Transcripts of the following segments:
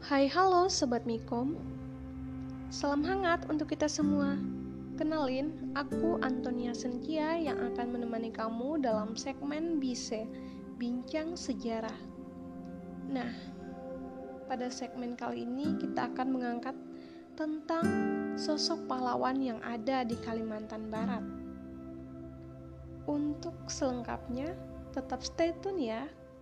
Hai halo Sobat Mikom. Salam hangat untuk kita semua. Kenalin, aku Antonia Sentia yang akan menemani kamu dalam segmen BISE, Bincang Sejarah. Nah, pada segmen kali ini kita akan mengangkat tentang sosok pahlawan yang ada di Kalimantan Barat. Untuk selengkapnya, tetap stay tune ya.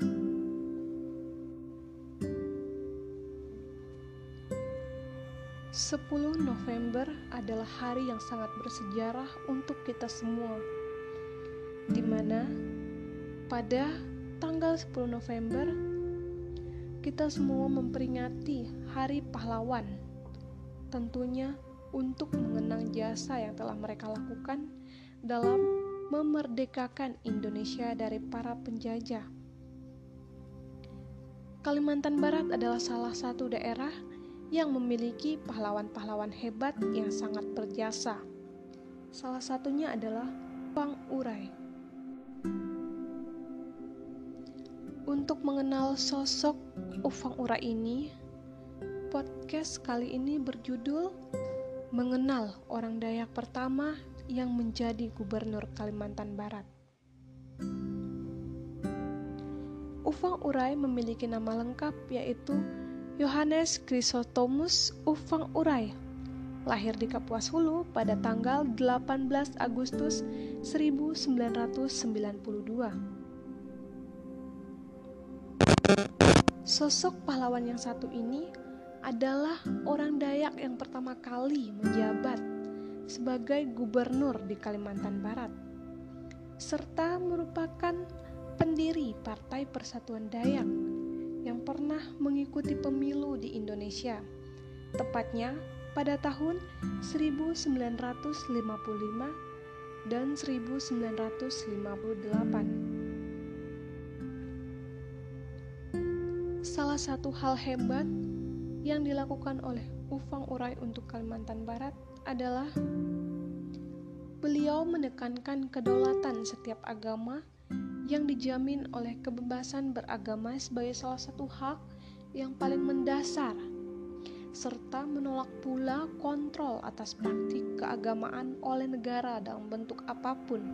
10 November adalah hari yang sangat bersejarah untuk kita semua, di mana pada tanggal 10 November kita semua memperingati Hari Pahlawan, tentunya untuk mengenang jasa yang telah mereka lakukan dalam memerdekakan Indonesia dari para penjajah. Kalimantan Barat adalah salah satu daerah yang memiliki pahlawan-pahlawan hebat yang sangat berjasa. Salah satunya adalah Ufang Urai. Untuk mengenal sosok Ufang Urai ini, podcast kali ini berjudul Mengenal Orang Dayak Pertama yang menjadi Gubernur Kalimantan Barat. Ufang Urai memiliki nama lengkap yaitu Yohanes Chrysostomus Ufang Urai, lahir di Kapuas Hulu pada tanggal 18 Agustus 1992. Sosok pahlawan yang satu ini adalah orang Dayak yang pertama kali menjabat sebagai gubernur di Kalimantan Barat, serta merupakan pendiri Partai Persatuan Dayak yang pernah mengikuti pemilu di Indonesia, tepatnya pada tahun 1955 dan 1958. Salah satu hal hebat yang dilakukan oleh Ufang Urai untuk Kalimantan Barat adalah beliau menekankan kedaulatan setiap agama yang dijamin oleh kebebasan beragama sebagai salah satu hak yang paling mendasar, serta menolak pula kontrol atas praktik keagamaan oleh negara dalam bentuk apapun.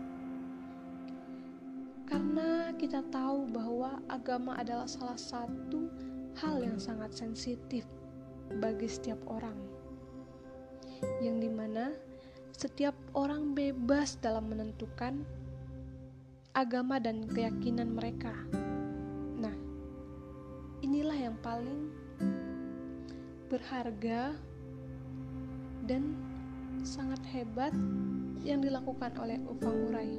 Karena kita tahu bahwa agama adalah salah satu hal yang sangat sensitif bagi setiap orang, yang dimana setiap orang bebas dalam menentukan agama dan keyakinan mereka. Nah, inilah yang paling berharga dan sangat hebat yang dilakukan oleh Ufang Urai.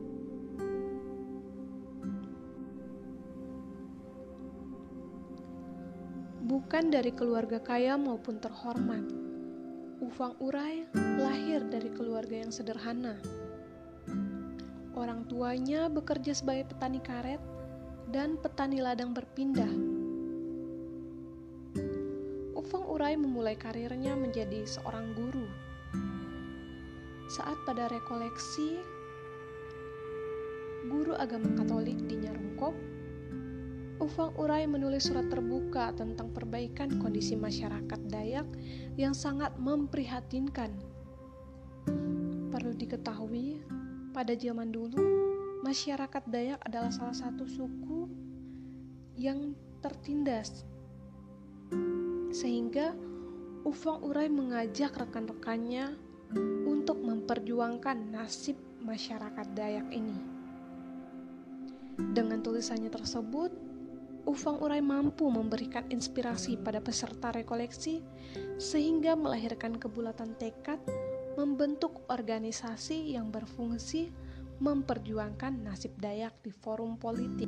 Bukan dari keluarga kaya maupun terhormat, Ufang Urai lahir dari keluarga yang sederhana. Orang tuanya bekerja sebagai petani karet dan petani ladang berpindah. Ufang Urai memulai karirnya menjadi seorang guru. Saat pada rekoleksi guru agama Katolik di Nyarungkop, Ufang Urai menulis surat terbuka tentang perbaikan kondisi masyarakat Dayak yang sangat memprihatinkan. Perlu diketahui, pada zaman dulu, masyarakat Dayak adalah salah satu suku yang tertindas. Sehingga Ufang Urai mengajak rekan-rekannya untuk memperjuangkan nasib masyarakat Dayak ini. Dengan tulisannya tersebut, Ufang Urai mampu memberikan inspirasi pada peserta rekoleksi sehingga melahirkan kebulatan tekad membentuk organisasi yang berfungsi memperjuangkan nasib Dayak di forum politik.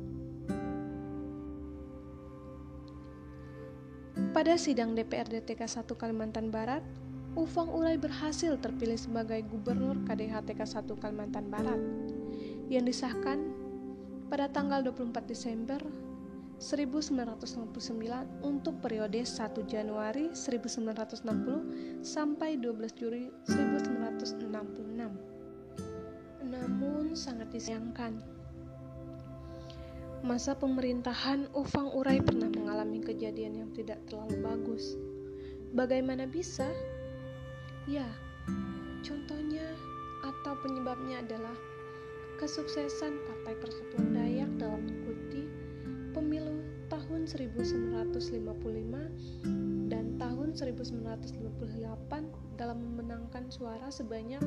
Pada sidang DPRD TK1 Kalimantan Barat, Ufang Urai berhasil terpilih sebagai Gubernur KDH TK1 Kalimantan Barat yang disahkan pada tanggal 24 Desember 1969 untuk periode 1 Januari 1960 sampai 12 Juli 1966. Namun sangat disayangkan, Masa pemerintahan Ufang Urai pernah mengalami kejadian yang tidak terlalu bagus. Bagaimana bisa? Ya, contohnya atau penyebabnya adalah kesuksesan Partai Persatuan Dayak dalam mengikuti pemilu tahun 1955 dan tahun 1958 dalam memenangkan suara sebanyak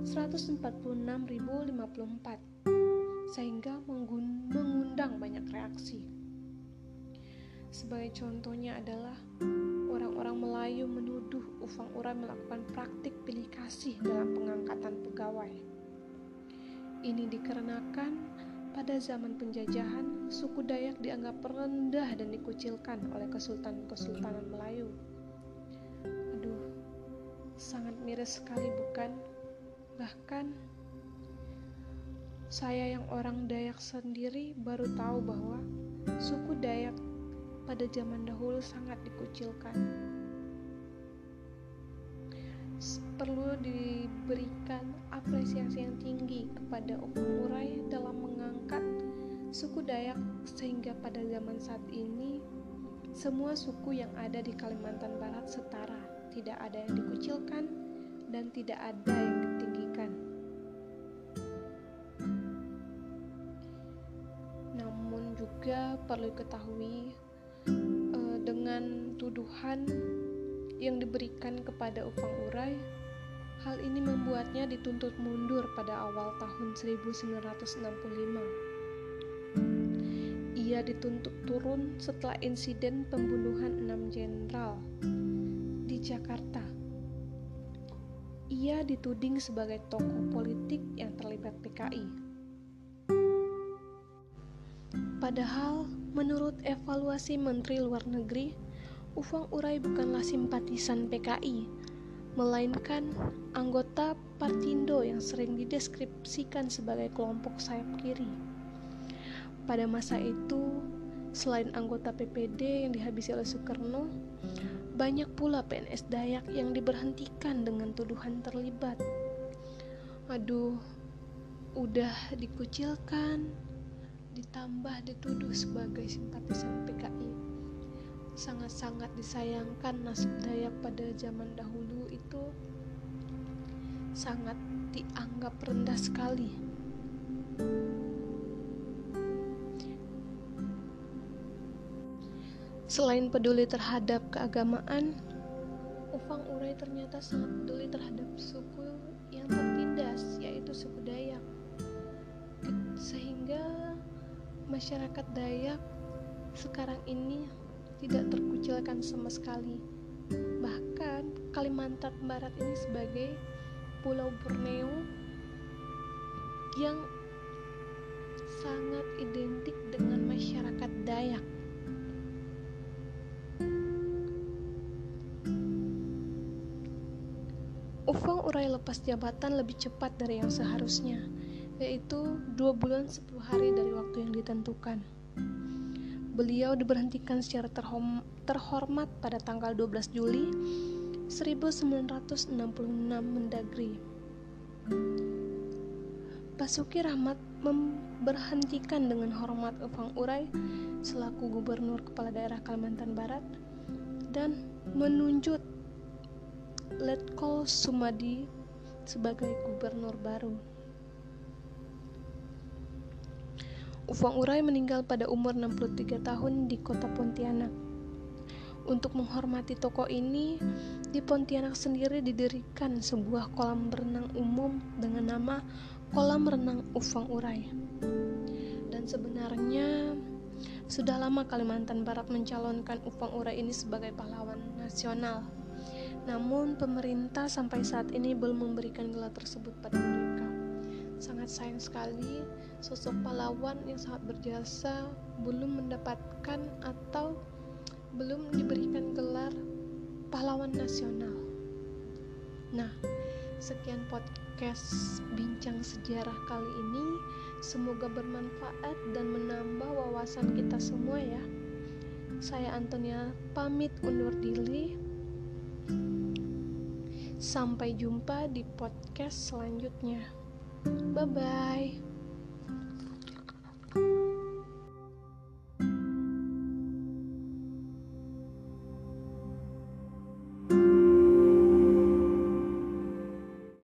146.054 sehingga mengundang banyak reaksi. Sebagai contohnya adalah orang-orang Melayu menuduh Ufang Urai melakukan praktik pilih kasih dalam pengangkatan pegawai. Ini dikarenakan pada zaman penjajahan, suku Dayak dianggap rendah dan dikucilkan oleh kesultanan Melayu. Aduh, sangat miris sekali bukan? Bahkan saya yang orang Dayak sendiri baru tahu bahwa suku Dayak pada zaman dahulu sangat dikucilkan. Perlu diberikan apresiasi yang tinggi kepada Ufang Urai dalam mengangkat suku Dayak sehingga pada zaman saat ini semua suku yang ada di Kalimantan Barat setara, tidak ada yang dikucilkan dan tidak ada yang ditinggikan. Namun juga perlu diketahui dengan tuduhan yang diberikan kepada Ufang Urai, hal ini membuatnya dituntut mundur pada awal tahun 1965. Ia dituntut turun setelah insiden pembunuhan 6 jenderal di Jakarta. Ia dituding sebagai tokoh politik yang terlibat PKI. Padahal, menurut evaluasi Menteri Luar Negeri, Ufang Urai bukanlah simpatisan PKI, melainkan anggota Partindo yang sering dideskripsikan sebagai kelompok sayap kiri. Pada masa itu, selain anggota PPD yang dihabisi oleh Soekarno, banyak pula PNS Dayak yang diberhentikan dengan tuduhan terlibat. Aduh, udah dikucilkan, ditambah dituduh sebagai simpatisan PKI. Sangat-sangat disayangkan nasib Dayak pada zaman dahulu itu sangat dianggap rendah sekali. Selain peduli terhadap keagamaan, Ufang Urai ternyata sangat peduli terhadap suku yang tertindas, yaitu suku Dayak. Sehingga masyarakat Dayak sekarang ini tidak terkucilkan sama sekali. Bahkan Kalimantan Barat ini sebagai Pulau Borneo yang sangat identik dengan masyarakat Dayak. Ufang Urai lepas jabatan lebih cepat dari yang seharusnya, yaitu 2 bulan 10 hari dari waktu yang ditentukan. Beliau diberhentikan secara terhormat pada tanggal 12 Juli 1966 Mendagri. Basuki Rahmat memberhentikan dengan hormat Ufang Urai selaku Gubernur Kepala Daerah Kalimantan Barat dan menunjuk Letkol Sumadi sebagai Gubernur baru. Ufang Urai meninggal pada umur 63 tahun di kota Pontianak. Untuk menghormati tokoh ini, di Pontianak sendiri didirikan sebuah kolam renang umum dengan nama Kolam Renang Ufang Urai. Dan sebenarnya sudah lama Kalimantan Barat mencalonkan Ufang Urai ini sebagai pahlawan nasional. Namun pemerintah sampai saat ini belum memberikan gelar tersebut pada mereka. Sangat sayang sekali sosok pahlawan yang sangat berjasa belum mendapatkan atau belum diberikan gelar pahlawan nasional. Nah, sekian podcast Bincang Sejarah kali ini. Semoga bermanfaat dan menambah wawasan kita semua ya. Saya Antonia pamit undur diri. Sampai jumpa di podcast selanjutnya. Bye-bye.